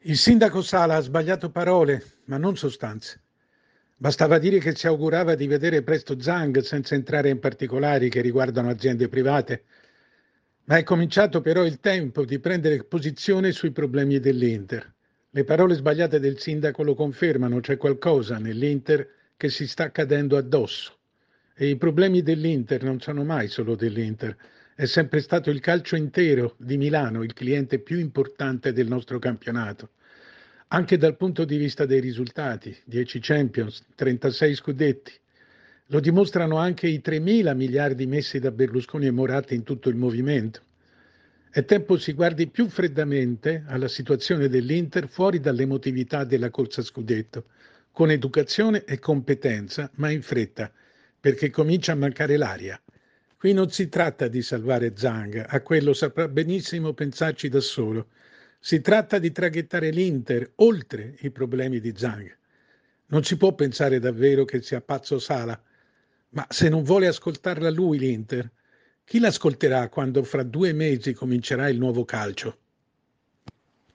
Il sindaco Sala ha sbagliato parole, ma non sostanze. Bastava dire che si augurava di vedere presto Zhang senza entrare in particolari che riguardano aziende private. Ma è cominciato però il tempo di prendere posizione sui problemi dell'Inter. Le parole sbagliate del sindaco lo confermano, c'è qualcosa nell'Inter che si sta cadendo addosso. E i problemi dell'Inter non sono mai solo dell'Inter, è sempre stato il calcio intero di Milano, il cliente più importante del nostro campionato. Anche dal punto di vista dei risultati, 10 Champions, 36 scudetti. Lo dimostrano anche i 3.000 miliardi messi da Berlusconi e Moratti in tutto il movimento. È tempo si guardi più freddamente alla situazione dell'Inter fuori dall'emotività della corsa a scudetto, con educazione e competenza, ma in fretta, perché comincia a mancare l'aria. Qui non si tratta di salvare Zhang, a quello saprà benissimo pensarci da solo. Si tratta di traghettare l'Inter oltre i problemi di Zhang. Non si può pensare davvero che sia pazzo Sala, ma se non vuole ascoltarla lui l'Inter, chi l'ascolterà quando fra 2 mesi comincerà il nuovo calcio?